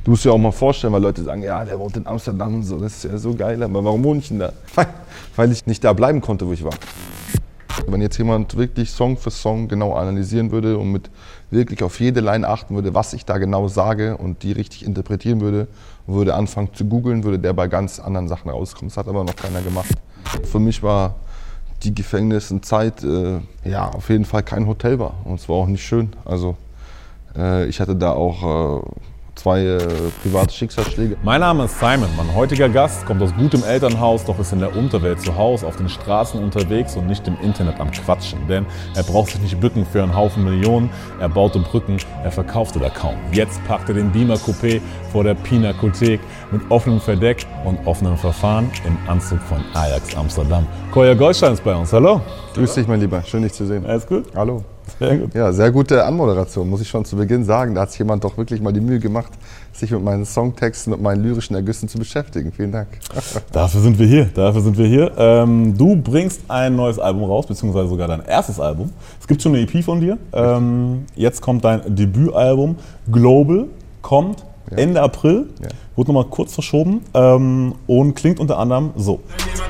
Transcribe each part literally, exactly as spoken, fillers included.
Du musst dir auch mal vorstellen, weil Leute sagen, ja, der wohnt in Amsterdam und so, das ist ja so geil, aber warum wohne ich denn da? Weil ich nicht da bleiben konnte, wo ich war. Wenn jetzt jemand wirklich Song für Song genau analysieren würde und mit wirklich auf jede Line achten würde, was ich da genau sage und die richtig interpretieren würde und würde anfangen zu googeln, würde der bei ganz anderen Sachen rauskommen. Das hat aber noch keiner gemacht. Für mich war die Gefängnissenzeit äh, ja, auf jeden Fall kein Hotel war und es war auch nicht schön. Also äh, ich hatte da auch äh, zwei äh, private Schicksalsschläge. Mein Name ist Simon, mein heutiger Gast kommt aus gutem Elternhaus, doch ist in der Unterwelt zu Hause, auf den Straßen unterwegs und nicht im Internet am Quatschen. Denn er braucht sich nicht bücken für einen Haufen Millionen, er baute Brücken, er verkaufte da kaum. Jetzt packt er den Beamer Coupé vor der Pinakothek mit offenem Verdeck und offenem Verfahren im Anzug von Ajax Amsterdam. Kolja Goldstein ist bei uns, hallo. Grüß dich, mein Lieber, schön dich zu sehen. Alles gut? Hallo. Sehr gut. Ja, sehr gute Anmoderation, muss ich schon zu Beginn sagen. Da hat sich jemand doch wirklich mal die Mühe gemacht, sich mit meinen Songtexten und meinen lyrischen Ergüssen zu beschäftigen. Vielen Dank. Dafür sind wir hier, dafür sind wir hier. Ähm, du bringst ein neues Album raus, beziehungsweise sogar dein erstes Album. Es gibt schon eine E P von dir. Ähm, jetzt kommt dein Debütalbum. Global kommt ja. Ende April. Ja. Wurde nochmal kurz verschoben ähm, und klingt unter anderem so.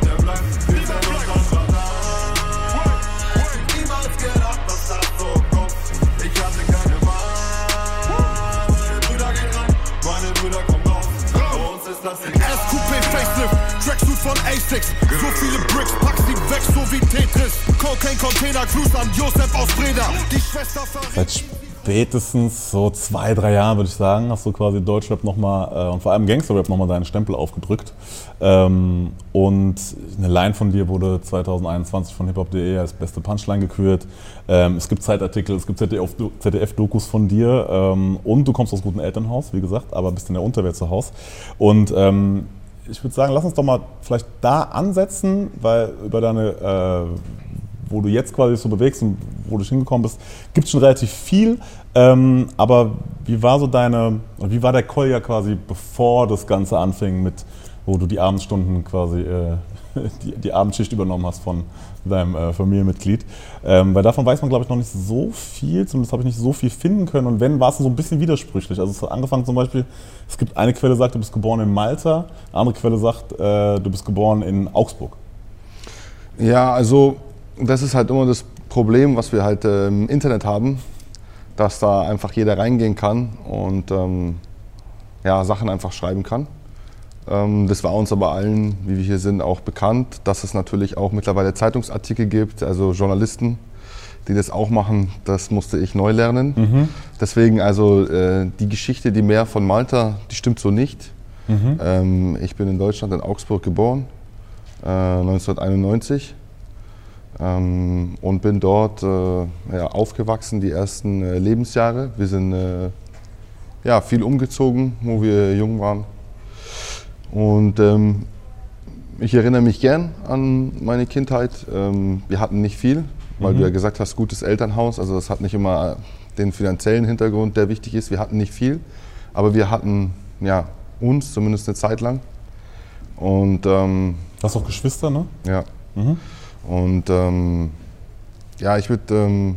Von A sechs, so viele Bricks, pack sie weg, so wie Tetris. Cocaine Container, Gruß an Josef aus Breda. Die Schwester Seit spätestens so zwei, drei Jahren, würde ich sagen, hast du quasi Deutschrap nochmal äh, und vor allem Gangsterrap nochmal deinen Stempel aufgedrückt. Ähm, und eine Line von dir wurde zwanzig einundzwanzig von hiphop punkt de als beste Punchline gekürt. Ähm, es gibt Zeitartikel, es gibt Z D F-Dokus von dir ähm, und du kommst aus gutem Elternhaus, wie gesagt, aber bist in der Unterwelt zu Hause. Und ähm, ich würde sagen, lass uns doch mal vielleicht da ansetzen, weil über deine, äh, wo du jetzt quasi so bewegst und wo du hingekommen bist, gibt es schon relativ viel. Ähm, aber wie war so deine, wie war der Kolja quasi, bevor das Ganze anfing mit, wo du die Abendstunden quasi, äh, die, die Abendschicht übernommen hast von deinem äh, Familienmitglied? Ähm, weil davon weiß man, glaube ich, noch nicht so viel, zumindest habe ich nicht so viel finden können. Und wenn, war es so ein bisschen widersprüchlich. Also es hat angefangen zum Beispiel, es gibt eine Quelle, sagt, du bist geboren in Malta, eine andere Quelle sagt, äh, du bist geboren in Augsburg. Ja, also das ist halt immer das Problem, was wir halt äh, im Internet haben, dass da einfach jeder reingehen kann und ähm, ja, Sachen einfach schreiben kann. Ähm, das war uns aber allen, wie wir hier sind, auch bekannt, dass es natürlich auch mittlerweile Zeitungsartikel gibt, also Journalisten, die das auch machen. Das musste ich neu lernen. Mhm. Deswegen also äh, die Geschichte, die mehr von Malta, die stimmt so nicht. Mhm. Ähm, ich bin in Deutschland, in Augsburg geboren, äh, neunzehnhunderteinundneunzig. Ähm, und bin dort äh, ja, aufgewachsen, die ersten äh, Lebensjahre. Wir sind äh, ja, viel umgezogen, wo wir jung waren. Und ähm, ich erinnere mich gern an meine Kindheit. Ähm, wir hatten nicht viel, weil mhm. du ja gesagt hast, gutes Elternhaus. Also das hat nicht immer den finanziellen Hintergrund, der wichtig ist. Wir hatten nicht viel, aber wir hatten ja, uns zumindest eine Zeit lang. Und, ähm, du hast auch Geschwister, ne? Ja. Mhm. Und ähm, ja, ich würde ähm,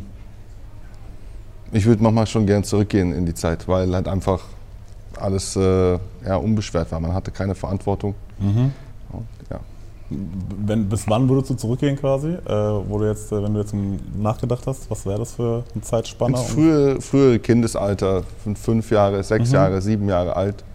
ich würd nochmal schon gern zurückgehen in die Zeit, weil halt einfach alles äh, ja, unbeschwert war. Man hatte keine Verantwortung. Mhm. Und, ja. Wenn, bis wann würdest du zurückgehen quasi? Äh, wo du jetzt, wenn du jetzt nachgedacht hast, was wäre das für eine Zeitspanne? Ins frühe, frühe Kindesalter, fünf Jahre, sechs mhm. Jahre, sieben Jahre alt.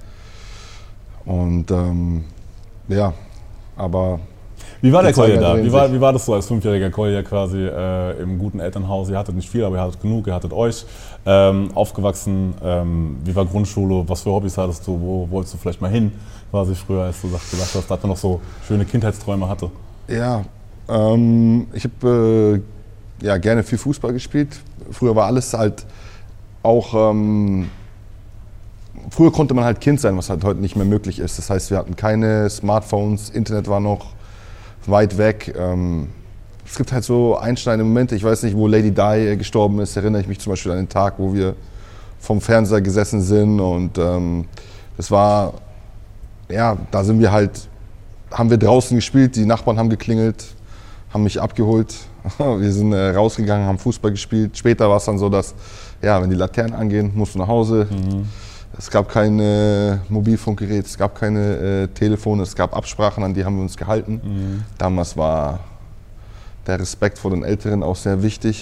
Und ähm, ja, aber... Wie war der Kolja da? Wie war, wie war das so als fünfjähriger Kolja quasi äh, im guten Elternhaus? Ihr hattet nicht viel, aber ihr hattet genug, ihr hattet euch. Ähm, aufgewachsen, ähm, wie war Grundschule? Was für Hobbys hattest du? Wo wolltest du vielleicht mal hin? Quasi früher, als du gesagt hast, dass man noch so schöne Kindheitsträume hatte. Ja, ähm, ich habe äh, ja, gerne viel Fußball gespielt. Früher war alles halt auch... Ähm, früher konnte man halt Kind sein, was halt heute nicht mehr möglich ist. Das heißt, wir hatten keine Smartphones, Internet war noch weit weg. Es gibt halt so einschneidende Momente. Ich weiß nicht, wo Lady Di gestorben ist, erinnere ich mich zum Beispiel an den Tag, wo wir vom Fernseher gesessen sind. Und ähm, das war, ja, da sind wir halt, haben wir draußen gespielt, die Nachbarn haben geklingelt, haben mich abgeholt. Wir sind äh, rausgegangen, haben Fußball gespielt. Später war es dann so, dass, ja, wenn die Laternen angehen, musst du nach Hause. Mhm. Es gab kein äh, Mobilfunkgerät, es gab keine äh, Telefone, es gab Absprachen, an die haben wir uns gehalten. Mhm. Damals war der Respekt vor den Älteren auch sehr wichtig.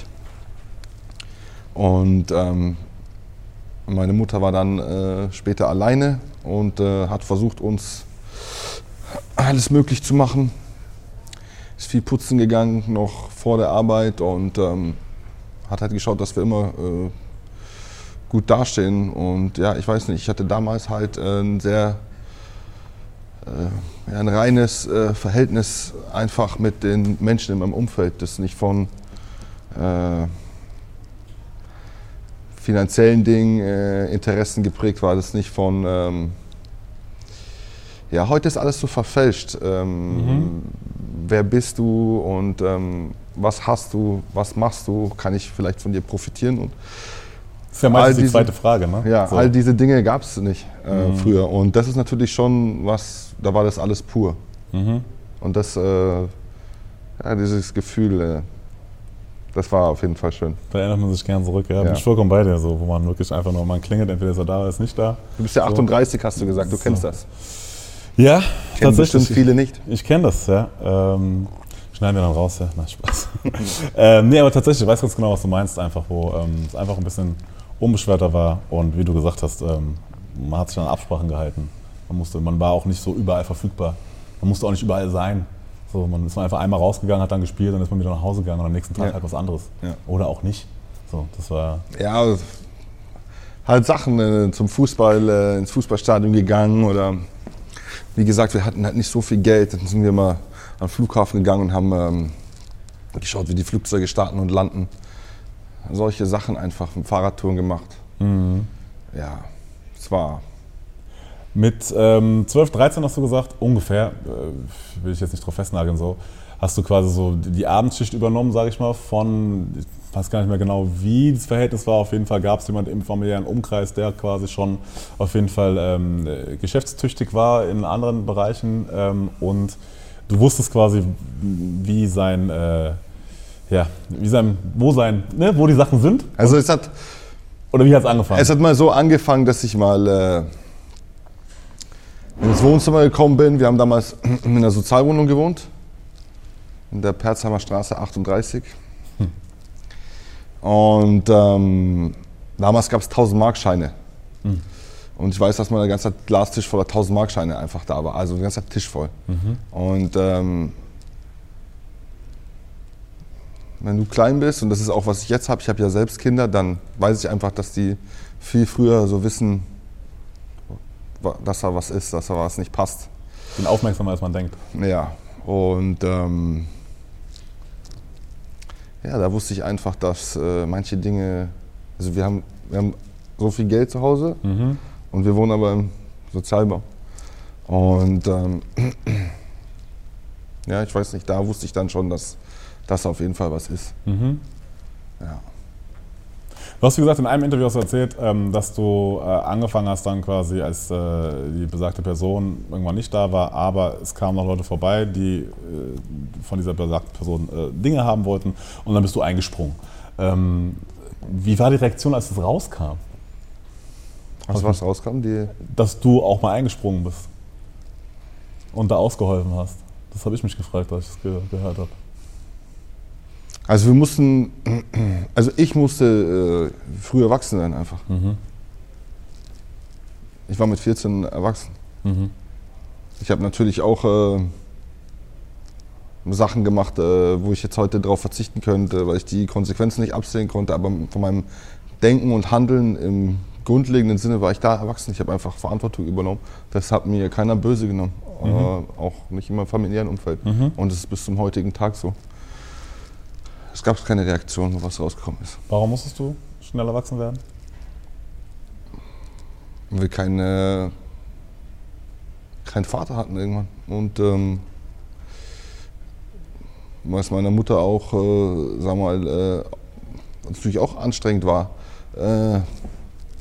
Und ähm, meine Mutter war dann äh, später alleine und äh, hat versucht, uns alles möglich zu machen. Ist viel putzen gegangen, noch vor der Arbeit und ähm, hat halt geschaut, dass wir immer äh, gut dastehen. Und ja, ich weiß nicht, ich hatte damals halt äh, ein sehr, äh, ja, ein reines äh, Verhältnis einfach mit den Menschen in meinem Umfeld, das nicht von äh, finanziellen Dingen, äh, Interessen geprägt war, das nicht von, ähm, ja, heute ist alles so verfälscht. Ähm, mhm. Wer bist du und ähm, was hast du, was machst du, kann ich vielleicht von dir profitieren? Und das ist ja meistens die zweite Frage, ne? Ja, so. all diese Dinge gab es nicht äh, mhm. früher. Und das ist natürlich schon was, da war das alles pur. Mhm. Und das, äh, ja, dieses Gefühl, äh, das war auf jeden Fall schön. Da erinnert man sich gern zurück, ja. Bin ich vollkommen bei dir, so, wo man wirklich einfach nur, man klingelt, entweder ist er da oder ist nicht da. Du bist ja achtunddreißig, hast du gesagt, du so. Kennst das. Ja, kennen tatsächlich. Viele nicht. Ich, ich kenne das, ja. Ähm, schneiden wir dann raus, ja. Na, Spaß. ähm, nee, aber tatsächlich, ich weiß ganz genau, was du meinst, einfach, wo ähm, es einfach ein bisschen unbeschwerter war und wie du gesagt hast, ähm, man hat sich an Absprachen gehalten. Man, musste, man war auch nicht so überall verfügbar. Man musste auch nicht überall sein. So, man ist einfach einmal rausgegangen, hat dann gespielt, dann ist man wieder nach Hause gegangen und am nächsten Tag ja. halt was anderes. Ja. Oder auch nicht. So, das war ja, halt Sachen äh, zum Fußball, äh, ins Fußballstadion gegangen oder wie gesagt, wir hatten halt nicht so viel Geld. Dann sind wir mal am Flughafen gegangen und haben ähm, geschaut, wie die Flugzeuge starten und landen. Solche Sachen einfach, Fahrradtouren gemacht. Mhm. Ja, es war... Mit ähm, zwölf, dreizehn hast du gesagt, ungefähr, äh, will ich jetzt nicht drauf festnageln, so, hast du quasi so die Abendschicht übernommen, sage ich mal, von, ich weiß gar nicht mehr genau, wie das Verhältnis war, auf jeden Fall gab es jemanden im familiären Umkreis, der quasi schon auf jeden Fall ähm, geschäftstüchtig war in anderen Bereichen ähm, und du wusstest quasi, wie sein, äh, ja, wie sein, wo sein, ne, wo die Sachen sind. Also es hat, oder wie hat es angefangen? Es hat mal so angefangen, dass ich mal äh, ins Wohnzimmer gekommen bin. Wir haben damals in einer Sozialwohnung gewohnt, in der Perzheimer Straße achtunddreißig. Hm. Und ähm, damals gab es tausend-Mark-Scheine. Hm. Und ich weiß, dass mal der ganze Glastisch voller tausend-Mark-Scheine einfach da war, also der ganze Tisch voll. Mhm. Und ähm, wenn du klein bist, und das ist auch, was ich jetzt habe, ich habe ja selbst Kinder, dann weiß ich einfach, dass die viel früher so wissen, dass da was ist, dass da was nicht passt. Bin aufmerksamer, als man denkt. Ja, und ähm, ja, da wusste ich einfach, dass äh, manche Dinge, also wir haben, wir haben so viel Geld zu Hause mhm. und wir wohnen aber im Sozialbau. Und ähm, ja, ich weiß nicht, da wusste ich dann schon, dass das auf jeden Fall was ist. Mhm. Ja. Du hast, wie gesagt, in einem Interview hast du erzählt, dass du angefangen hast dann quasi, als die besagte Person irgendwann nicht da war, aber es kamen noch Leute vorbei, die von dieser besagten Person Dinge haben wollten und dann bist du eingesprungen. Wie war die Reaktion, als es rauskam? Also was rauskam? Die Dass du auch mal eingesprungen bist und da ausgeholfen hast. Das habe ich mich gefragt, als ich es ge- gehört habe. Also wir mussten, also ich musste äh, früh erwachsen werden einfach. Mhm. Ich war mit vierzehn erwachsen. Mhm. Ich habe natürlich auch äh, Sachen gemacht, äh, wo ich jetzt heute darauf verzichten könnte, weil ich die Konsequenzen nicht absehen konnte. Aber von meinem Denken und Handeln im grundlegenden Sinne war ich da erwachsen. Ich habe einfach Verantwortung übernommen. Das hat mir keiner böse genommen, mhm. äh, auch nicht in meinem familiären Umfeld. Mhm. Und es ist bis zum heutigen Tag so. Es gab keine Reaktion, wo was rausgekommen ist. Warum musstest du schnell erwachsen werden? Weil wir keine, keinen Vater hatten irgendwann. Und ähm, weil es meiner Mutter auch, äh, sagen wir mal, äh, natürlich auch anstrengend war, äh, mhm.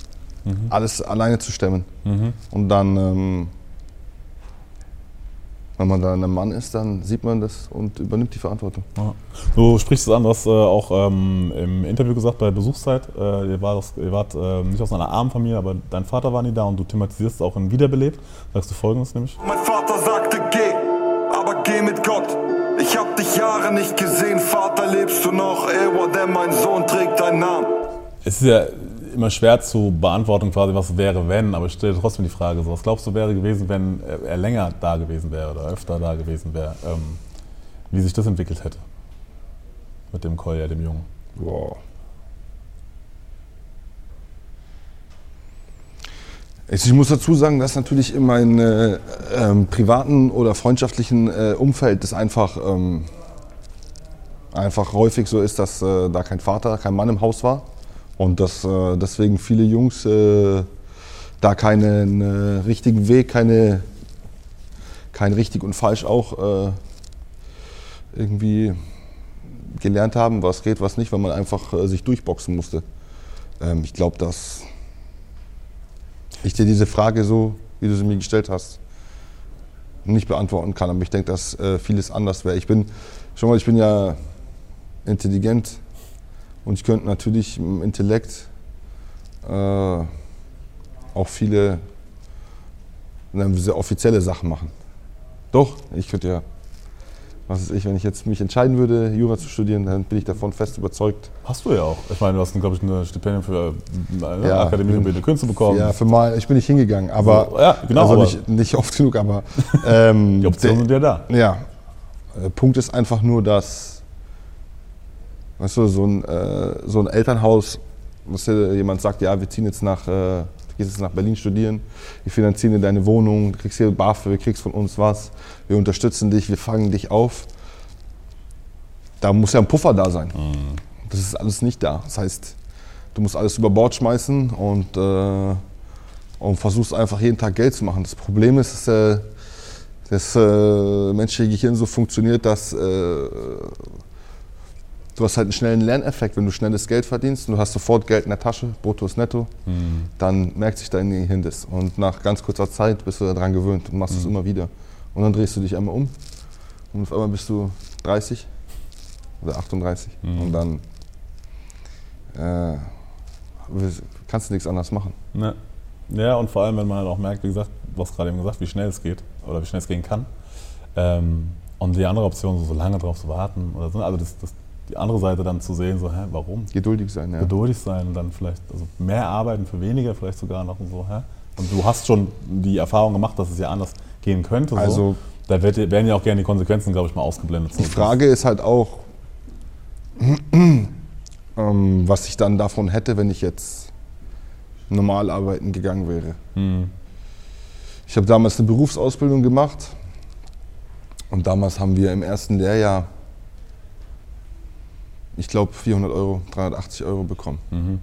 alles alleine zu stemmen. Mhm. Und dann ähm, Wenn man da ein Mann ist, dann sieht man das und übernimmt die Verantwortung. Ja. Du sprichst es an, du hast äh, auch ähm, im Interview gesagt, bei Besuchszeit, äh, ihr, wart, ihr wart äh, nicht aus einer armen Familie, aber dein Vater war nie da und du thematisierst es auch in Wiederbelebt. Sagst du Folgendes nämlich? Mein Vater sagte, geh, aber geh mit Gott. Ich hab dich Jahre nicht gesehen, Vater, lebst du noch? Ewa, denn mein Sohn trägt deinen Namen. Es ist ja immer schwer zu beantworten, quasi, was wäre, wenn, aber ich stelle trotzdem die Frage, so, was glaubst du, wäre gewesen, wenn er länger da gewesen wäre oder öfter da gewesen wäre, ähm, wie sich das entwickelt hätte mit dem Kolja, dem Jungen? Wow. Ich muss dazu sagen, dass natürlich in meinem äh, ähm, privaten oder freundschaftlichen äh, Umfeld das einfach, ähm, einfach häufig so ist, dass äh, da kein Vater, kein Mann im Haus war. Und dass äh, deswegen viele Jungs äh, da keinen äh, richtigen Weg, keine, kein richtig und falsch auch äh, irgendwie gelernt haben, was geht, was nicht, weil man einfach äh, sich durchboxen musste. Ähm, ich glaube, dass ich dir diese Frage so, wie du sie mir gestellt hast, nicht beantworten kann. Aber ich denke, dass äh, vieles anders wäre. Ich bin, schon mal, ich bin ja intelligent. Und ich könnte natürlich im Intellekt äh, auch viele sehr offizielle Sachen machen. Doch, ich könnte ja, was weiß ich, wenn ich jetzt mich entscheiden würde, Jura zu studieren, dann bin ich davon fest überzeugt. Hast du ja auch. Ich meine, du hast, glaube ich, ein Stipendium für eine ja, Akademie für Bildende Künste bekommen. Ja, für mal, ich bin nicht hingegangen, aber, so, ja, genau, also aber nicht, nicht oft genug, aber ähm, die Optionen sind ja da. Ja, der Punkt ist einfach nur, dass weißt du, so ein, äh, so ein Elternhaus, was jemand sagt, ja, wir ziehen jetzt nach, äh, du gehst jetzt nach Berlin studieren, wir finanzieren dir deine Wohnung, du kriegst hier BAföG, du kriegst von uns was, wir unterstützen dich, wir fangen dich auf. Da muss ja ein Puffer da sein. Mhm. Das ist alles nicht da. Das heißt, du musst alles über Bord schmeißen und, äh, und versuchst einfach jeden Tag Geld zu machen. Das Problem ist, dass äh, das äh, menschliche Gehirn so funktioniert, dass äh, du hast halt einen schnellen Lerneffekt, wenn du schnelles Geld verdienst und du hast sofort Geld in der Tasche, brutto ist netto, mhm. dann merkt sich dein Gehirn das. Und nach ganz kurzer Zeit bist du daran gewöhnt und machst es mhm. immer wieder. Und dann drehst du dich einmal um und auf einmal bist du dreißig oder achtunddreißig mhm. und dann äh, kannst du nichts anderes machen. Ja. ja, und vor allem, wenn man halt auch merkt, wie gesagt, du hast gerade eben gesagt, wie schnell es geht oder wie schnell es gehen kann. Ähm, und die andere Option, so, so lange drauf zu warten, oder so, also das, das die andere Seite dann zu sehen, so, hä, warum? Geduldig sein, ja. Geduldig sein und dann vielleicht also mehr arbeiten für weniger, vielleicht sogar noch und so, hä? Und du hast schon die Erfahrung gemacht, dass es ja anders gehen könnte. So. Also, da wird, werden ja auch gerne die Konsequenzen, glaube ich, mal ausgeblendet. Die Frage ist halt auch, ähm, was ich dann davon hätte, wenn ich jetzt normal arbeiten gegangen wäre. Hm. Ich habe damals eine Berufsausbildung gemacht und damals haben wir im ersten Lehrjahr ich glaube vierhundert Euro, dreihundertachtzig Euro bekommen. Mhm.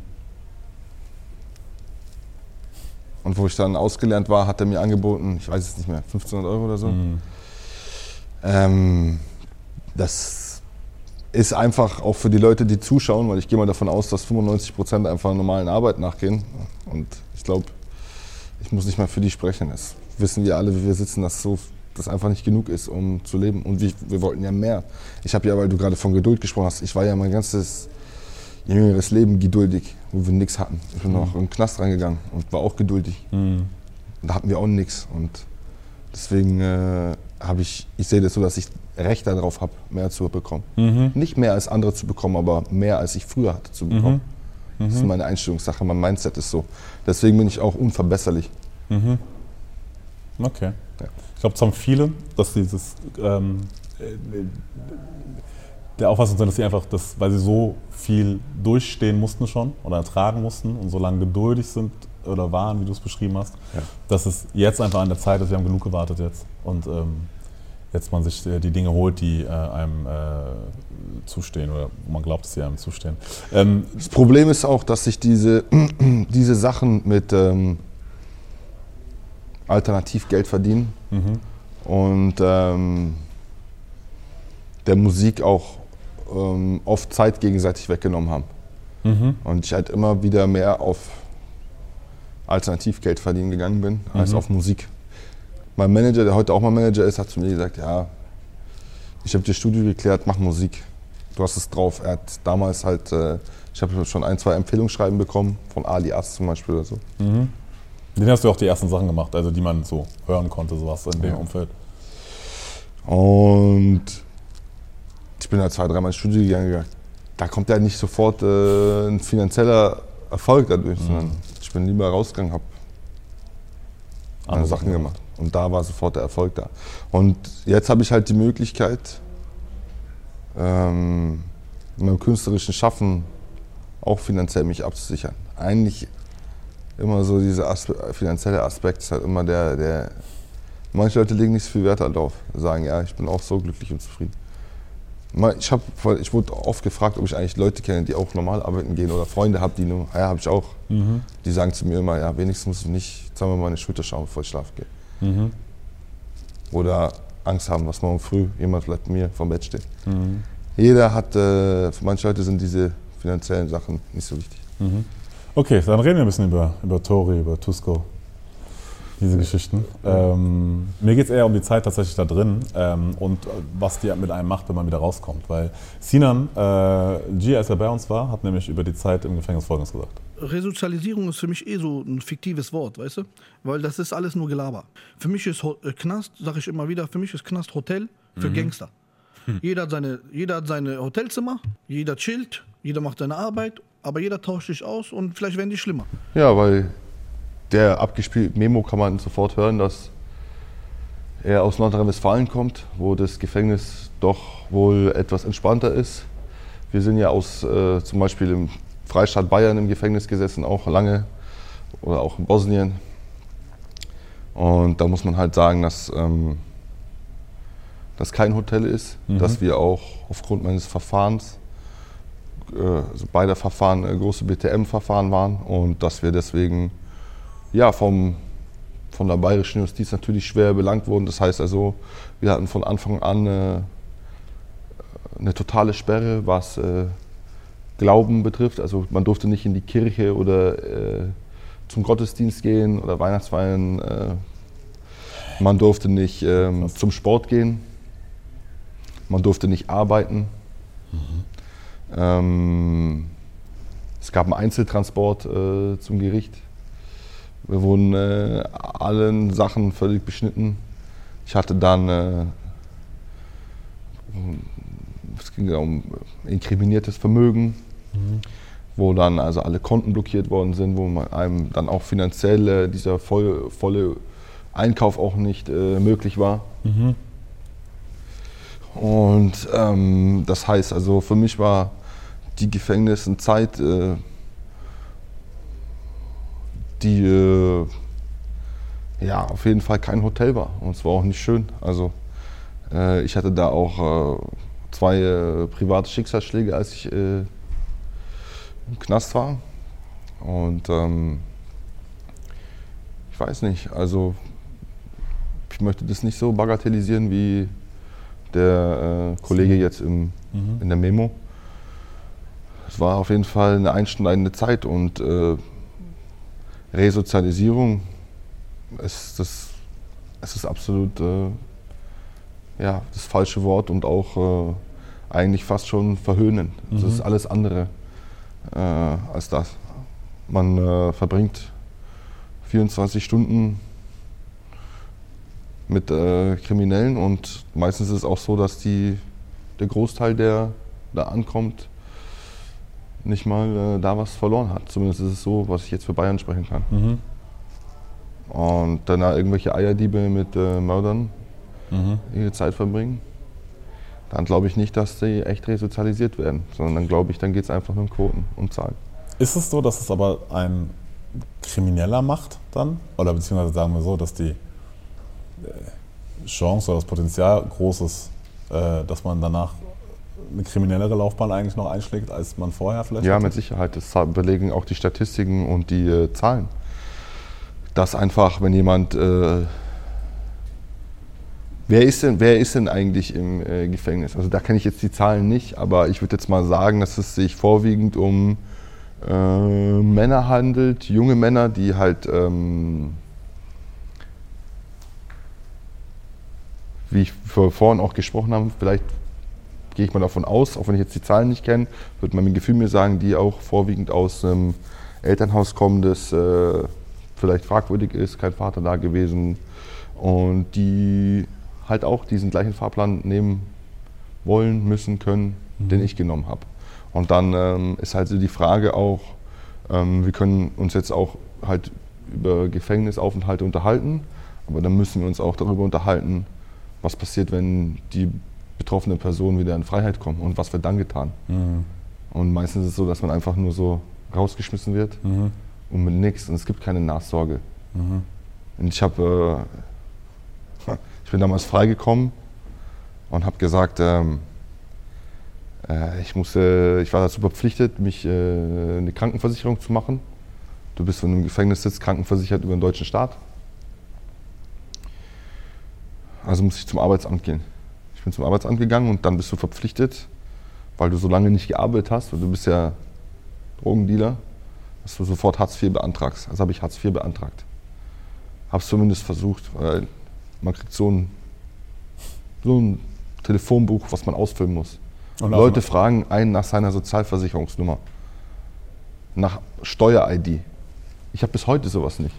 Und wo ich dann ausgelernt war, hat er mir angeboten, ich weiß es nicht mehr, fünfzehnhundert Euro oder so. Mhm. Ähm, das ist einfach auch für die Leute, die zuschauen, weil ich gehe mal davon aus, dass fünfundneunzig Prozent einfach einer normalen Arbeit nachgehen. Und ich glaube, ich muss nicht mal für die sprechen. Das wissen wir alle, wie wir sitzen, dass so das einfach nicht genug ist, um zu leben. Und wir, wir wollten ja mehr. Ich habe ja, weil du gerade von Geduld gesprochen hast, ich war ja mein ganzes jüngeres Leben geduldig, wo wir nichts hatten. Ich bin mhm. noch in den Knast reingegangen und war auch geduldig. Mhm. Und da hatten wir auch nichts. Und deswegen äh, habe ich, ich sehe das so, dass ich Recht darauf habe, mehr zu bekommen. Mhm. Nicht mehr als andere zu bekommen, aber mehr als ich früher hatte zu bekommen. Mhm. Das ist meine Einstellungssache, mein Mindset ist so. Deswegen bin ich auch unverbesserlich. Mhm. Okay. Ja. Ich glaube, es haben viele, dass dieses ähm, der Auffassung sind, dass sie einfach, das, weil sie so viel durchstehen mussten schon oder ertragen mussten und so lange geduldig sind oder waren, wie du es beschrieben hast, ja. dass es jetzt einfach an der Zeit ist, wir haben genug gewartet jetzt und ähm, jetzt man sich die Dinge holt, die äh, einem äh, zustehen oder wo man glaubt, dass sie einem zustehen. Ähm, das Problem ist auch, dass sich diese, diese Sachen mit ähm, alternativ Geld verdienen mhm. und ähm, der Musik auch ähm, oft Zeit gegenseitig weggenommen haben. Mhm. Und ich halt immer wieder mehr auf Alternativgeld verdienen gegangen bin, als mhm. auf Musik. mein Manager, der heute auch mein Manager ist, hat zu mir gesagt, ja, ich habe dir Studio geklärt, mach Musik. Du hast es drauf. Er hat damals halt, äh, ich habe schon ein, zwei Empfehlungsschreiben bekommen, von Ali Ast zum Beispiel oder so. Mhm. Den hast du auch die ersten Sachen gemacht, also die man so hören konnte, sowas in dem ja. Umfeld. Und ich bin halt zwei, dreimal ins Studio gegangen. Da kommt ja nicht sofort äh, ein finanzieller Erfolg dadurch, mhm. sondern ich bin lieber rausgegangen, habe meine Sachen gemacht. Und da war sofort der Erfolg da. Und jetzt habe ich halt die Möglichkeit, ähm, in meinem künstlerischen Schaffen auch finanziell mich abzusichern. Eigentlich immer so dieser Aspe- finanzielle Aspekt ist halt immer der, der, manche Leute legen nicht so viel Wert darauf, sagen, ja, ich bin auch so glücklich und zufrieden. Ich, hab, ich wurde oft gefragt, ob ich eigentlich Leute kenne, die auch normal arbeiten gehen oder Freunde habe, die nur, ja, habe ich auch. Mhm. Die sagen zu mir immer, ja, wenigstens muss ich nicht zweimal meine Schulter schauen, bevor ich schlafen gehe. Mhm. Oder Angst haben, was morgen früh jemand vielleicht mir vom Bett steht. Mhm. Jeder hat, äh, für manche Leute sind diese finanziellen Sachen nicht so wichtig. Mhm. Okay, dann reden wir ein bisschen über, über Tori, über Tusko, diese Geschichten. Ähm, mir geht es eher um die Zeit tatsächlich da drin ähm, und was die mit einem macht, wenn man wieder rauskommt. Weil Sinan, äh, G, als er bei uns war, hat nämlich über die Zeit im Gefängnis Folgendes gesagt. Resozialisierung ist für mich eh so ein fiktives Wort, weißt du? Weil das ist alles nur Gelaber. Für mich ist Ho- äh, Knast, sage ich immer wieder, für mich ist Knast Hotel für mhm. Gangster. Hm. Jeder hat seine, jeder hat seine Hotelzimmer, jeder chillt, jeder macht seine Arbeit, aber jeder tauscht sich aus und vielleicht werden die schlimmer. Ja, weil der abgespielte Memo kann man sofort hören, dass er aus Nordrhein-Westfalen kommt, wo das Gefängnis doch wohl etwas entspannter ist. Wir sind ja aus äh, zum Beispiel im Freistaat Bayern im Gefängnis gesessen, auch lange, oder auch in Bosnien. Und da muss man halt sagen, dass ähm, das kein Hotel ist, mhm. dass wir auch aufgrund meines Verfahrens, äh, also beider Verfahren äh, große B T M-Verfahren waren und dass wir deswegen ja, vom, von der bayerischen Justiz natürlich schwer belangt wurden. Das heißt also, wir hatten von Anfang an äh, eine totale Sperre, was äh, Glauben betrifft. Also man durfte nicht in die Kirche oder äh, zum Gottesdienst gehen oder Weihnachtsfeiern. Äh, man durfte nicht äh, zum Sport gehen. Man durfte nicht arbeiten. Mhm. Ähm, es gab einen Einzeltransport äh, zum Gericht. Wir wurden äh, allen Sachen völlig beschnitten. Ich hatte dann, äh, es ging ja um inkriminiertes Vermögen, mhm. wo dann also alle Konten blockiert worden sind, wo man einem dann auch finanziell äh, dieser voll, volle Einkauf auch nicht äh, möglich war. Mhm. Und ähm, das heißt also, für mich war die Gefängnissenzeit äh, die äh, ja, auf jeden Fall kein Hotel war und es war auch nicht schön. Also äh, ich hatte da auch äh, zwei äh, private Schicksalsschläge, als ich äh, im Knast war und ähm, ich weiß nicht, also ich möchte das nicht so bagatellisieren wie der äh, Kollege jetzt im, mhm. in der Memo. Es war auf jeden Fall eine einschneidende Zeit und äh, Resozialisierung, ist das, es ist absolut äh, ja, das falsche Wort und auch äh, eigentlich fast schon verhöhnen. Mhm. Das ist alles andere äh, als das. Man äh, verbringt vierundzwanzig Stunden mit äh, Kriminellen und meistens ist es auch so, dass die, der Großteil, der da ankommt, nicht mal äh, da was verloren hat. Zumindest ist es so, was ich jetzt für Bayern sprechen kann. Mhm. Und dann irgendwelche Eierdiebe mit äh, Mördern mhm. ihre Zeit verbringen. Dann glaube ich nicht, dass sie echt resozialisiert werden, sondern dann glaube ich, dann geht es einfach nur um Quoten und Zahlen. Ist es so, dass es aber ein Krimineller macht dann? Oder beziehungsweise sagen wir so, dass die Chance oder das Potenzial groß ist, äh, dass man danach eine kriminellere Laufbahn eigentlich noch einschlägt, als man vorher vielleicht Ja, hatte? mit Sicherheit. Das belegen auch die Statistiken und die äh, Zahlen. Dass einfach, wenn jemand... Äh, wer, ist denn, wer ist denn eigentlich im äh, Gefängnis? Also da kenne ich jetzt die Zahlen nicht, aber ich würde jetzt mal sagen, dass es sich vorwiegend um äh, Männer handelt, junge Männer, die halt... Ähm, wie ich vorhin auch gesprochen habe, vielleicht gehe ich mal davon aus, auch wenn ich jetzt die Zahlen nicht kenne, wird mein Gefühl mir sagen, die auch vorwiegend aus einem Elternhaus kommen, das äh, vielleicht fragwürdig ist, kein Vater da gewesen und die halt auch diesen gleichen Fahrplan nehmen wollen, müssen, können, mhm. den ich genommen habe. Und dann ähm, ist halt so die Frage auch, ähm, wir können uns jetzt auch halt über Gefängnisaufenthalte unterhalten, aber dann müssen wir uns auch darüber unterhalten, was passiert, wenn die betroffene Person wieder in Freiheit kommt und was wird dann getan. Mhm. Und meistens ist es so, dass man einfach nur so rausgeschmissen wird mhm. und mit nichts und es gibt keine Nachsorge. Mhm. Und ich habe, äh, ich bin damals freigekommen und habe gesagt, ähm, äh, ich musste, ich war dazu verpflichtet, mich äh, eine Krankenversicherung zu machen. Du bist, wenn du im Gefängnis sitzt, krankenversichert über den deutschen Staat. Also musste ich zum Arbeitsamt gehen. Ich bin zum Arbeitsamt gegangen und dann bist du verpflichtet, weil du so lange nicht gearbeitet hast, und du bist ja Drogendealer, dass du sofort Hartz vier beantragst. Also habe ich Hartz vier beantragt. Habe es zumindest versucht, weil man kriegt so ein, so ein Telefonbuch, was man ausfüllen muss. Und Leute fragen einen nach seiner Sozialversicherungsnummer, nach Steuer-I D. Ich habe bis heute sowas nicht.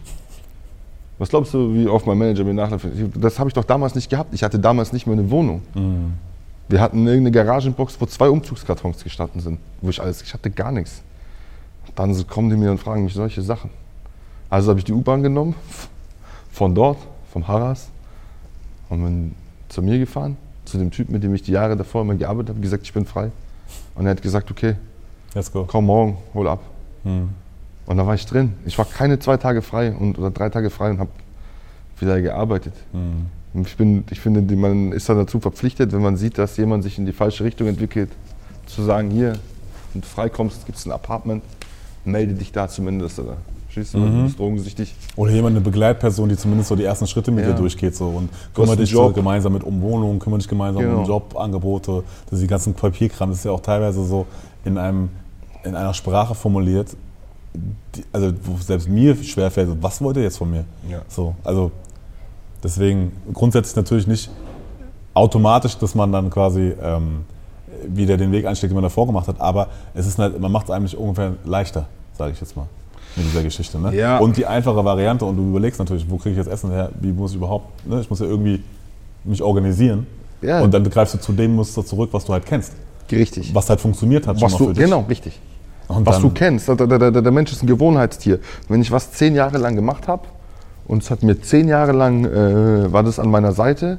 Was glaubst du, wie oft mein Manager mir nachläuft? Das habe ich doch damals nicht gehabt. Ich hatte damals nicht mehr eine Wohnung. Mhm. Wir hatten irgendeine Garagenbox, wo zwei Umzugskartons gestanden sind, wo ich alles, ich hatte gar nichts. Dann kommen die mir und fragen mich solche Sachen. Also habe ich die U-Bahn genommen, von dort, vom Harras, und bin zu mir gefahren, zu dem Typ, mit dem ich die Jahre davor immer gearbeitet habe, gesagt, ich bin frei. Und er hat gesagt, okay, let's go. Komm morgen, hol ab. Mhm. Und da war ich drin. Ich war keine zwei Tage frei und, oder drei Tage frei und habe wieder gearbeitet. Mhm. Und ich, bin, ich finde, man ist dann dazu verpflichtet, wenn man sieht, dass jemand sich in die falsche Richtung entwickelt, zu sagen, hier, wenn du freikommst, gibt es ein Apartment, melde dich da zumindest. Oder schließt du, mhm. du bist drogensüchtig. Oder jemand, eine Begleitperson, die zumindest so die ersten Schritte mit ja. dir durchgeht. So, und kümmere dich so gemeinsam mit um Wohnungen, kümmere dich gemeinsam genau. um Jobangebote, das die ganzen Papierkram, das ist ja auch teilweise so in, einem, in einer Sprache formuliert, die, also wo selbst mir schwerfällt, was wollt ihr jetzt von mir? Ja. So, also deswegen grundsätzlich natürlich nicht automatisch, dass man dann quasi ähm, wieder den Weg einschlägt, den man davor gemacht hat, aber es ist halt, man macht es eigentlich ungefähr leichter, sage ich jetzt mal, mit dieser Geschichte. Ne? Ja. Und die einfache Variante, und du überlegst natürlich, wo kriege ich jetzt Essen her, wie muss ich überhaupt, ne? Ich muss ja irgendwie mich organisieren ja. und dann greifst du zu dem Muster zurück, was du halt kennst. Richtig. Was halt funktioniert hat was schon du, mal für dich. Genau, richtig. Und was du kennst, der, der, der, der Mensch ist ein Gewohnheitstier. Wenn ich was zehn Jahre lang gemacht habe und es hat mir zehn Jahre lang, äh, war das an meiner Seite,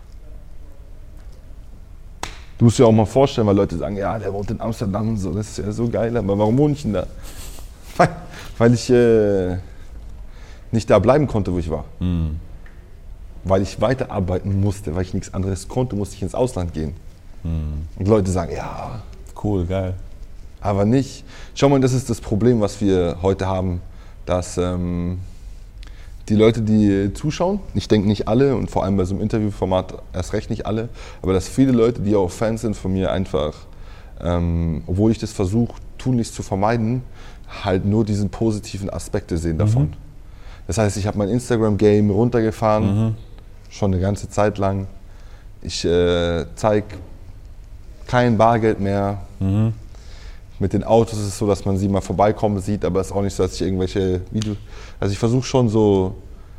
du musst dir auch mal vorstellen, weil Leute sagen, ja, der wohnt in Amsterdam und so, das ist ja so geil, aber warum wohne ich denn da? Weil, weil ich äh, nicht da bleiben konnte, wo ich war. Mhm. Weil ich weiterarbeiten musste, weil ich nichts anderes konnte, musste ich ins Ausland gehen. Mhm. Und Leute sagen, ja, cool, geil. Aber nicht. Schau mal, das ist das Problem, was wir heute haben, dass ähm, die Leute, die zuschauen, ich denke nicht alle und vor allem bei so einem Interviewformat erst recht nicht alle, aber dass viele Leute, die auch Fans sind von mir, einfach, ähm, obwohl ich das versuche, tunlichst zu vermeiden, halt nur diesen positiven Aspekte sehen davon. Mhm. Das heißt, ich habe mein Instagram-Game runtergefahren, mhm. schon eine ganze Zeit lang. Ich äh, zeige kein Bargeld mehr. Mhm. Mit den Autos ist es so, dass man sie mal vorbeikommen sieht, aber es ist auch nicht so, dass ich irgendwelche Videos... Also ich versuche schon so,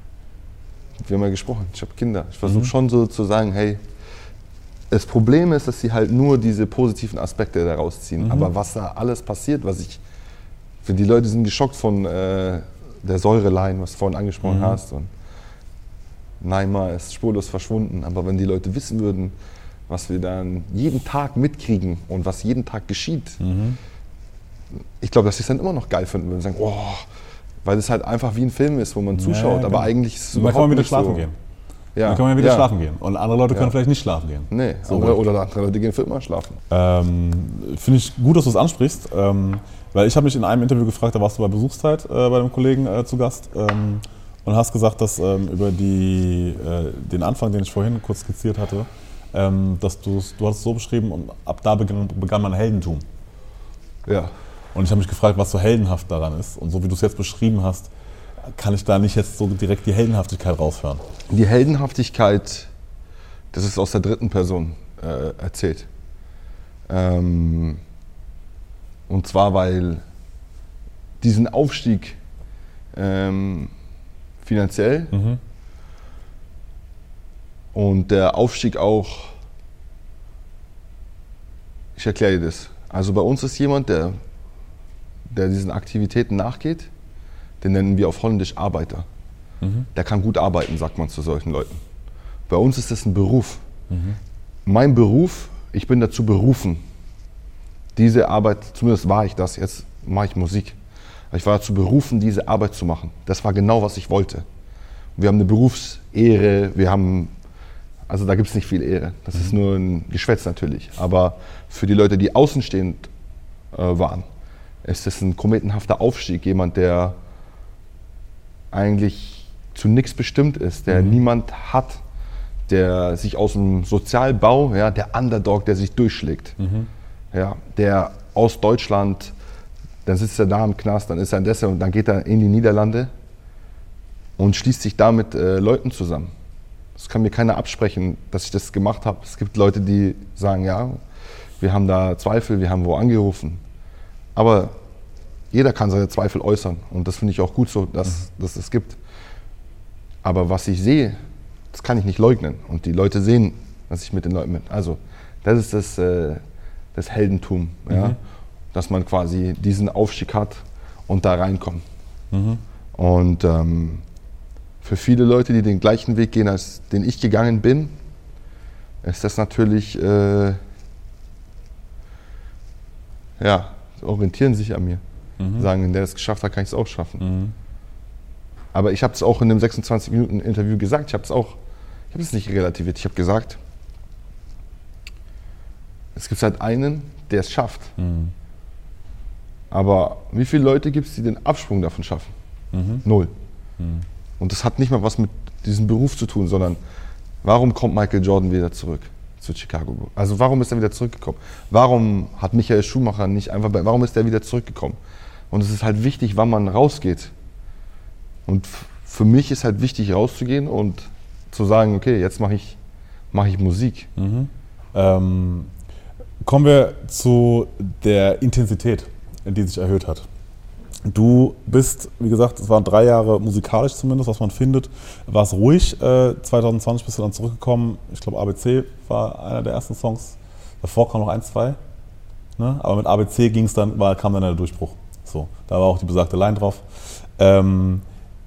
wir haben ja gesprochen, ich habe Kinder, ich versuche mhm. schon so zu sagen, hey, das Problem ist, dass sie halt nur diese positiven Aspekte daraus ziehen. Mhm. Aber was da alles passiert, was ich... Für die Leute sind geschockt von äh, der Säureline, was du vorhin angesprochen mhm. hast. Und Neymar ist spurlos verschwunden, aber wenn die Leute wissen würden, was wir dann jeden Tag mitkriegen und was jeden Tag geschieht, mhm. ich glaube, dass sie es dann immer noch geil finden würden und sagen, oh, weil es halt einfach wie ein Film ist, wo man zuschaut, ja, ja, aber genau. eigentlich ist es überhaupt kann man wieder nicht schlafen so. Gehen. Ja. Dann kann man wieder ja. schlafen gehen. Und andere Leute können ja. vielleicht nicht schlafen gehen. Nee, so andere, oder andere Leute gehen für immer schlafen. Ähm, Finde ich gut, dass du es ansprichst, ähm, weil ich habe mich in einem Interview gefragt, da warst du bei Besuchszeit äh, bei einem Kollegen äh, zu Gast ähm, und hast gesagt, dass ähm, über die, äh, den Anfang, den ich vorhin kurz skizziert hatte, ähm, dass du du hast es so beschrieben und ab da begann, begann mein Heldentum. Ja. Und ich habe mich gefragt, was so heldenhaft daran ist. Und so wie du es jetzt beschrieben hast, kann ich da nicht jetzt so direkt die Heldenhaftigkeit raushören. Die Heldenhaftigkeit Das ist aus der dritten Person äh, erzählt. Ähm, und zwar, weil diesen Aufstieg ähm, finanziell Mhm. und der Aufstieg auch, ich erkläre dir das. Also bei uns ist jemand, der, der diesen Aktivitäten nachgeht, den nennen wir auf Holländisch Arbeiter. Mhm. Der kann gut arbeiten, sagt man zu solchen Leuten. Bei uns ist das ein Beruf. Mhm. Mein Beruf, ich bin dazu berufen, diese Arbeit, zumindest war ich das, jetzt mache ich Musik. Ich war dazu berufen, diese Arbeit zu machen. Das war genau, was ich wollte. Wir haben eine Berufsehre, wir haben, also da gibt es nicht viel Ehre. Das mhm. ist nur ein Geschwätz natürlich. Aber für die Leute, die außenstehend äh, waren, ist das ein kometenhafter Aufstieg. Jemand, der eigentlich zu nichts bestimmt ist, der mhm. niemand hat, der sich aus dem Sozialbau, ja, der Underdog, der sich durchschlägt, Mhm. ja, der aus Deutschland, dann sitzt er da im Knast, dann ist er in Dessau und dann geht er in die Niederlande und schließt sich da mit äh, Leuten zusammen. Das kann mir keiner absprechen, dass ich das gemacht habe. Es gibt Leute, die sagen, ja, wir haben da Zweifel, wir haben wo angerufen. Aber jeder kann seine Zweifel äußern und das finde ich auch gut so, dass mhm. es das gibt. Aber was ich sehe, das kann ich nicht leugnen. Und die Leute sehen, dass ich mit den Leuten bin. Also das ist das, äh, das Heldentum, mhm. ja? Dass man quasi diesen Aufstieg hat und da reinkommt. Mhm. Und ähm, für viele Leute, die den gleichen Weg gehen, als den ich gegangen bin, ist das natürlich, äh, ja, orientieren sich an mir. Mhm. Sagen, wenn der es geschafft hat, kann ich es auch schaffen. Mhm. Aber ich habe es auch in einem sechsundzwanzig Minuten Interview gesagt, ich habe es auch, ich habe es nicht relativiert, ich habe gesagt, es gibt halt einen, der es schafft. Mhm. Aber wie viele Leute gibt es, die den Absprung davon schaffen? Mhm. Null. Mhm. Und das hat nicht mal was mit diesem Beruf zu tun, sondern warum kommt Michael Jordan wieder zurück zu Chicago Bulls? Also warum ist er wieder zurückgekommen? Warum hat Michael Schumacher nicht einfach, bei, warum ist er wieder zurückgekommen? Und es ist halt wichtig, wann man rausgeht. Und f- für mich ist halt wichtig, rauszugehen und zu sagen, okay, jetzt mache ich, mach ich Musik. Mhm. Ähm, kommen wir zu der Intensität, die sich erhöht hat. Du bist, wie gesagt, es waren drei Jahre musikalisch zumindest, was man findet. War es ruhig. Äh, zwanzig zwanzig bist du dann zurückgekommen. Ich glaube, A B C war einer der ersten Songs. Davor kam noch ein, zwei. Ne? Aber mit A B C ging's dann, war, kam dann der Durchbruch. So, da war auch die besagte Line drauf. Ähm,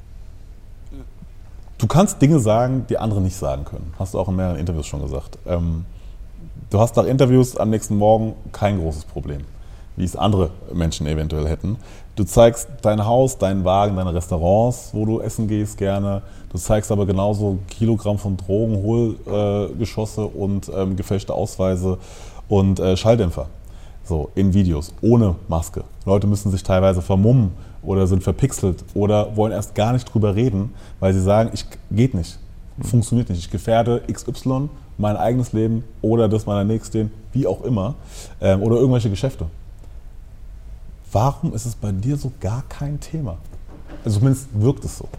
du kannst Dinge sagen, die andere nicht sagen können. Hast du auch in mehreren Interviews schon gesagt. Ähm, du hast nach Interviews am nächsten Morgen kein großes Problem, wie es andere Menschen eventuell hätten. Du zeigst dein Haus, deinen Wagen, deine Restaurants, wo du essen gehst gerne. Du zeigst aber genauso Kilogramm von Drogen, Hohlgeschosse äh, und ähm, gefälschte Ausweise und äh, Schalldämpfer. So, in Videos, ohne Maske. Leute müssen sich teilweise vermummen oder sind verpixelt oder wollen erst gar nicht drüber reden, weil sie sagen, ich geht nicht, funktioniert nicht. Ich gefährde X Y, mein eigenes Leben oder das meiner Nächsten, wie auch immer, ähm, oder irgendwelche Geschäfte. Warum ist es bei dir so gar kein Thema? Also zumindest wirkt es so.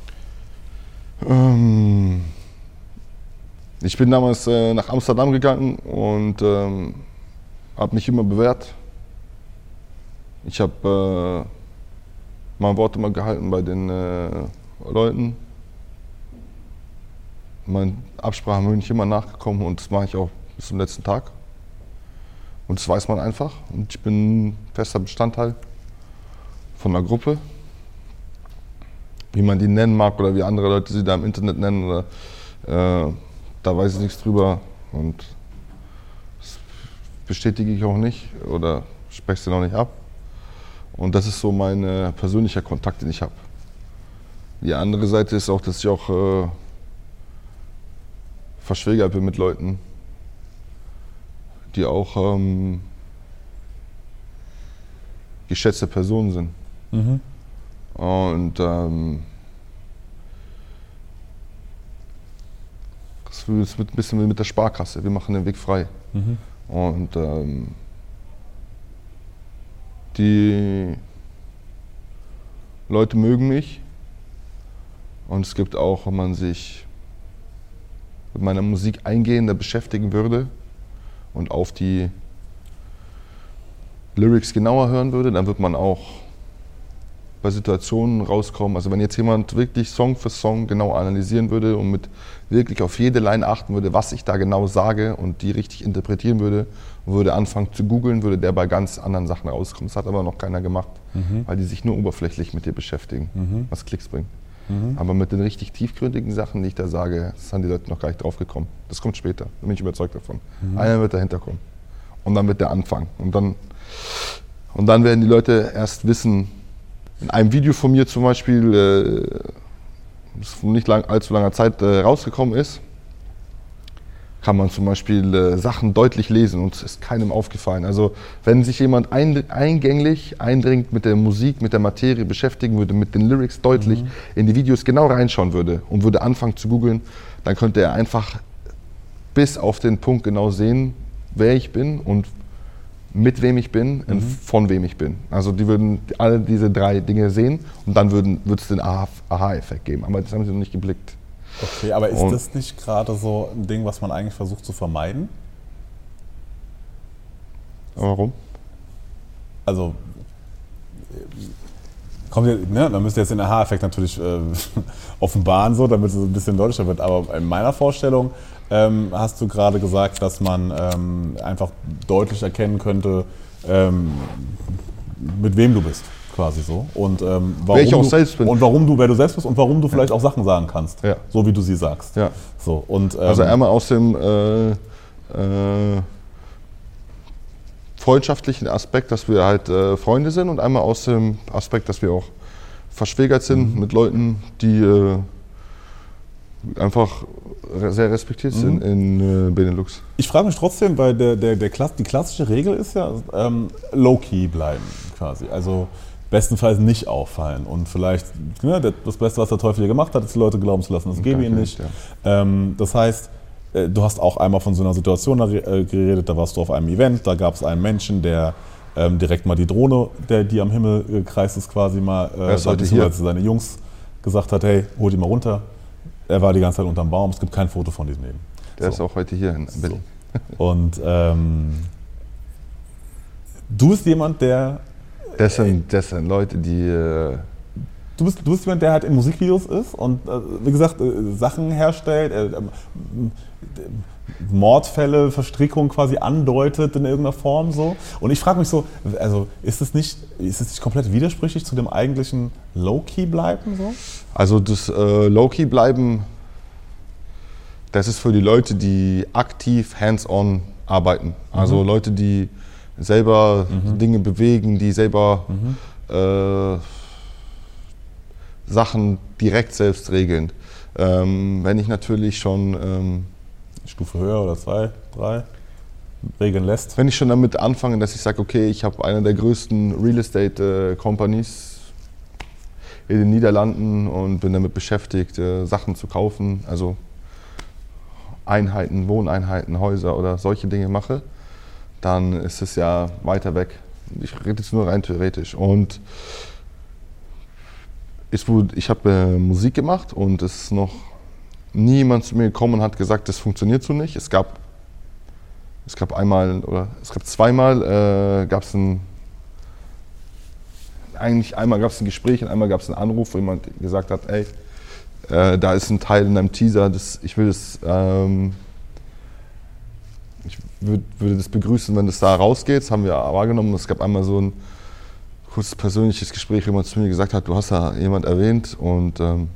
Ähm, ich bin damals äh, nach Amsterdam gegangen und ähm, habe mich immer bewährt. Ich habe äh, mein Wort immer gehalten bei den äh, Leuten. Meine Absprachen bin ich immer nachgekommen und das mache ich auch bis zum letzten Tag. Und das weiß man einfach. Und ich bin ein fester Bestandteil von einer Gruppe. Wie man die nennen mag oder wie andere Leute sie da im Internet nennen, oder, äh, da weiß ich nichts drüber. Und das bestätige ich auch nicht oder spreche es noch nicht ab. Und das ist so mein äh, persönlicher Kontakt, den ich habe. Die andere Seite ist auch, dass ich auch äh, verschwägert bin mit Leuten, die auch ähm, geschätzte Personen sind. Mhm. Und ähm, das ist mit, ein bisschen wie mit der Sparkasse, wir machen den Weg frei. Mhm. Und ähm, die Leute mögen mich und es gibt auch, wenn man sich mit meiner Musik eingehender beschäftigen würde und auf die Lyrics genauer hören würde, dann wird man auch bei Situationen rauskommen. Also wenn jetzt jemand wirklich Song für Song genau analysieren würde und mit wirklich auf jede Line achten würde, was ich da genau sage und die richtig interpretieren würde und würde anfangen zu googeln, würde der bei ganz anderen Sachen rauskommen. Das hat aber noch keiner gemacht, mhm. weil die sich nur oberflächlich mit dir beschäftigen, mhm. was Klicks bringt. Mhm. Aber mit den richtig tiefgründigen Sachen, die ich da sage, das haben die Leute noch gar nicht drauf gekommen. Das kommt später, da bin ich überzeugt davon. Mhm. Einer wird dahinter kommen und dann wird der anfangen und dann, und dann werden die Leute erst wissen. In einem Video von mir zum Beispiel, äh, das vor nicht lang, allzu langer Zeit äh, rausgekommen ist, kann man zum Beispiel äh, Sachen deutlich lesen und es ist keinem aufgefallen. Also wenn sich jemand ein, eingänglich, eindringend mit der Musik, mit der Materie beschäftigen würde, mit den Lyrics deutlich, mhm. in die Videos genau reinschauen würde und würde anfangen zu googeln, dann könnte er einfach bis auf den Punkt genau sehen, wer ich bin und mit wem ich bin und mhm. von wem ich bin. Also die würden alle diese drei Dinge sehen und dann würde es den Aha-Effekt geben. Aber das haben sie noch nicht geblickt. Okay, aber ist und das nicht gerade so ein Ding, was man eigentlich versucht zu vermeiden? Warum? Also, kommt ja, ne, man müsste jetzt den Aha-Effekt natürlich äh, offenbaren, so, damit es ein bisschen deutlicher wird. Aber in meiner Vorstellung ähm, hast du gerade gesagt, dass man ähm, einfach deutlich erkennen könnte, ähm, mit wem du bist, quasi so. Und, ähm, warum wer ich auch du, selbst bin. Und warum du, wer du selbst bist und warum du vielleicht ja. auch Sachen sagen kannst, ja. so wie du sie sagst. Ja. So, und, ähm, also einmal aus dem äh, äh, freundschaftlichen Aspekt, dass wir halt äh, Freunde sind und einmal aus dem Aspekt, dass wir auch verschwägert sind mhm. mit Leuten, die äh, einfach sehr respektiert mhm. sind in äh, Benelux. Ich frage mich trotzdem, weil der, der, der Klass, die klassische Regel ist ja ähm, low-key bleiben quasi, also bestenfalls nicht auffallen und vielleicht ne, das Beste, was der Teufel hier gemacht hat, ist die Leute glauben zu lassen, das gebe ihnen nicht. Ja. Ähm, das heißt, du hast auch einmal von so einer Situation geredet, da warst du auf einem Event, da gab es einen Menschen, der ähm, direkt mal die Drohne, der, die am Himmel gekreist ist, quasi mal, äh, beziehungsweise seine Jungs gesagt hat, hey, hol die mal runter. Er war die ganze Zeit unterm Baum, es gibt kein Foto von diesem eben. Der so. ist auch heute hier in Berlin. So. Und ähm, du bist jemand, der... Das sind, das sind Leute, die... Äh Du bist, du bist jemand, der halt in Musikvideos ist und, äh, wie gesagt, äh, Sachen herstellt, äh, äh, Mordfälle, Verstrickungen quasi andeutet in irgendeiner Form so. Und ich frage mich so, also ist es nicht, ist es nicht komplett widersprüchlich zu dem eigentlichen Low-Key-Bleiben so? Also das äh, Low-Key-Bleiben, das ist für die Leute, die aktiv hands-on arbeiten. Also mhm. Leute, die selber mhm. Dinge bewegen, die selber mhm. äh, Sachen direkt selbst regeln. Ähm, wenn ich natürlich schon ähm, Stufe höher oder zwei, drei regeln lässt. Wenn ich schon damit anfange, dass ich sage, okay, ich habe eine der größten Real Estate äh, Companies in den Niederlanden und bin damit beschäftigt, äh, Sachen zu kaufen, also Einheiten, Wohneinheiten, Häuser oder solche Dinge mache, dann ist es ja weiter weg. Ich rede jetzt nur rein theoretisch. Und ich habe äh, Musik gemacht und es ist noch nie jemand zu mir gekommen und hat gesagt, das funktioniert so nicht. Es gab, es gab einmal oder es gab zweimal äh, gab es ein, eigentlich einmal gab es ein Gespräch und einmal gab es einen Anruf, wo jemand gesagt hat, ey, äh, da ist ein Teil in einem Teaser, das, ich will das, ähm, ich würd, würde das begrüßen, wenn das da rausgeht. Das haben wir wahrgenommen. Es gab einmal so ein kurzes persönliches Gespräch, wo jemand zu mir gesagt hat, du hast da jemand erwähnt und ähm,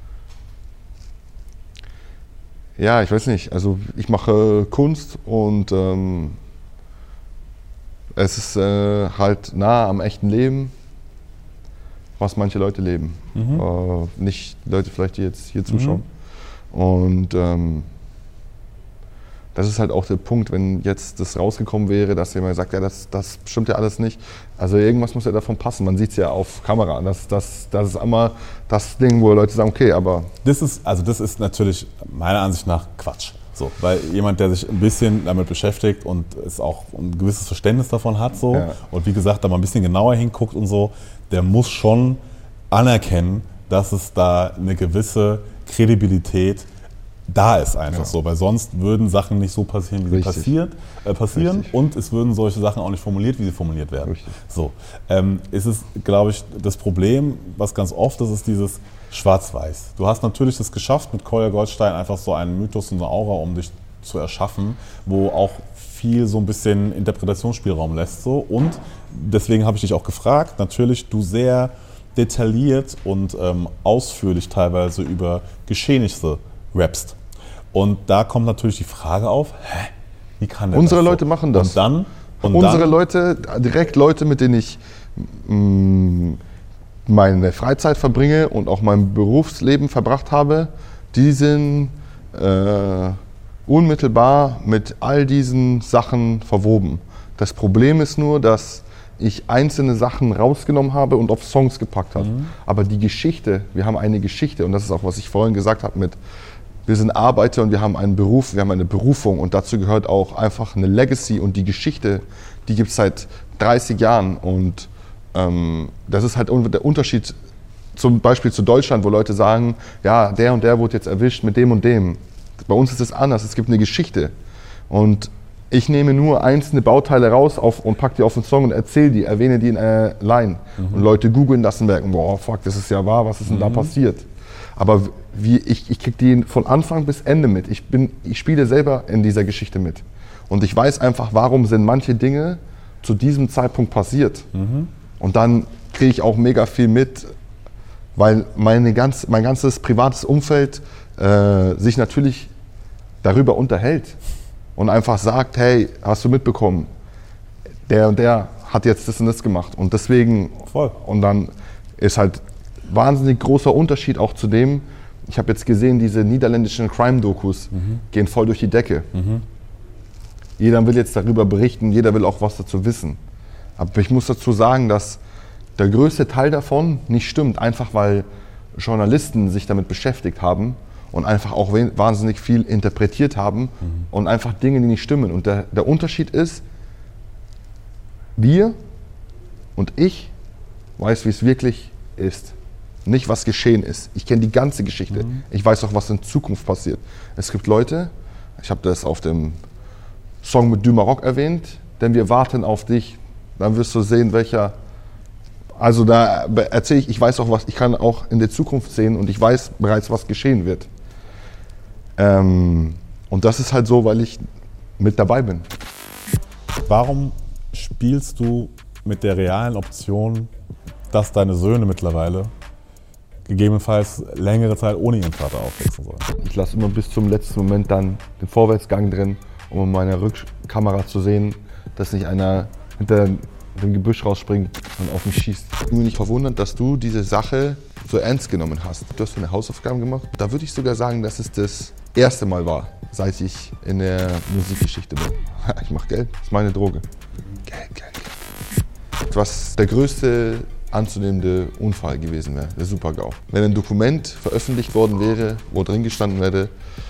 ja, ich weiß nicht, also ich mache Kunst und ähm, es ist äh, halt nah am echten Leben, was manche Leute leben. Mhm. Äh, nicht Leute vielleicht, die jetzt hier zuschauen. Mhm. Und ähm, das ist halt auch der Punkt, wenn jetzt das rausgekommen wäre, dass jemand sagt, ja, das, das stimmt ja alles nicht. Also irgendwas muss ja davon passen. Man sieht es ja auf Kamera. Das, das, das ist immer das Ding, wo Leute sagen, okay, aber... Das ist, also das ist natürlich meiner Ansicht nach Quatsch. So, weil jemand, der sich ein bisschen damit beschäftigt und es auch ein gewisses Verständnis davon hat so, ja. und wie gesagt, da mal ein bisschen genauer hinguckt und so, der muss schon anerkennen, dass es da eine gewisse Kredibilität da ist einfach Ja. so, weil sonst würden Sachen nicht so passieren, wie sie Richtig. passiert, äh, passieren Richtig. und es würden solche Sachen auch nicht formuliert, wie sie formuliert werden. Richtig. So, ähm, ist es, glaube ich, das Problem, was ganz oft ist, ist dieses Schwarz-Weiß. Du hast natürlich es geschafft, mit Kolja Goldstein einfach so einen Mythos und eine Aura um dich zu erschaffen, wo auch viel so ein bisschen Interpretationsspielraum lässt. So. Und deswegen habe ich dich auch gefragt, natürlich du sehr detailliert und ähm, ausführlich teilweise über Geschehnisse rappst. Und da kommt natürlich die Frage auf, hä, wie kann der Unsere das so? Leute machen das. Und dann, und Unsere dann, Leute, direkt Leute, mit denen ich mh, meine Freizeit verbringe und auch mein Berufsleben verbracht habe, die sind äh, unmittelbar mit all diesen Sachen verwoben. Das Problem ist nur, dass ich einzelne Sachen rausgenommen habe und auf Songs gepackt habe. Mhm. Aber die Geschichte, wir haben eine Geschichte und das ist auch, was ich vorhin gesagt habe mit, wir sind Arbeiter und wir haben einen Beruf, wir haben eine Berufung und dazu gehört auch einfach eine Legacy und die Geschichte, die gibt es seit dreißig Jahren und ähm, das ist halt der Unterschied zum Beispiel zu Deutschland, wo Leute sagen, ja, der und der wurde jetzt erwischt mit dem und dem. Bei uns ist es anders, es gibt eine Geschichte und ich nehme nur einzelne Bauteile raus auf und packe die auf den Song und erzähle die, erwähne die in einer Line. Mhm. Und Leute googeln das und merken, boah, fuck, das ist ja wahr, was ist denn mhm. da passiert? Aber wie, ich, ich kriege die von Anfang bis Ende mit. Ich, bin, ich spiele selber in dieser Geschichte mit. Und ich weiß einfach, warum sind manche Dinge zu diesem Zeitpunkt passiert. Mhm. Und dann kriege ich auch mega viel mit, weil meine ganz, mein ganzes privates Umfeld äh, sich natürlich darüber unterhält. Und einfach sagt, hey, hast du mitbekommen, der und der hat jetzt das und das gemacht. Und deswegen, Voll. Und dann ist halt wahnsinnig großer Unterschied auch zu dem, ich habe jetzt gesehen, diese niederländischen Crime-Dokus mhm. gehen voll durch die Decke. Mhm. Jeder will jetzt darüber berichten, jeder will auch was dazu wissen. Aber ich muss dazu sagen, dass der größte Teil davon nicht stimmt, einfach weil Journalisten sich damit beschäftigt haben und einfach auch wahnsinnig viel interpretiert haben mhm. und einfach Dinge, die nicht stimmen. Und der, der Unterschied ist, wir und ich weiß, wie es wirklich ist. Nicht, was geschehen ist. Ich kenne die ganze Geschichte. Mhm. Ich weiß auch, was in Zukunft passiert. Es gibt Leute, ich habe das auf dem Song mit Du Maroc erwähnt, denn wir warten auf dich. Dann wirst du sehen, welcher... Also da erzähle ich, ich weiß auch was, ich kann auch in der Zukunft sehen und ich weiß bereits, was geschehen wird. Ähm, und das ist halt so, weil ich mit dabei bin. Warum spielst du mit der realen Option, dass deine Söhne mittlerweile gegebenenfalls längere Zeit ohne ihren Vater aufwachsen sollen? Ich lasse immer bis zum letzten Moment dann den Vorwärtsgang drin, um in meiner Rückkamera zu sehen, dass nicht einer hinter dem Gebüsch rausspringt und auf mich schießt. Ich bin nicht verwundert, dass du diese Sache so ernst genommen hast. Du hast deine Hausaufgaben gemacht. Da würde ich sogar sagen, dass es das erste Mal war, seit ich in der Musikgeschichte bin. Ich mache Geld, das ist meine Droge. Geld, Geld, Geld. Was der größte anzunehmende Unfall gewesen wäre, der Super-GAU. Wenn ein Dokument veröffentlicht worden wäre, wo drin gestanden wäre,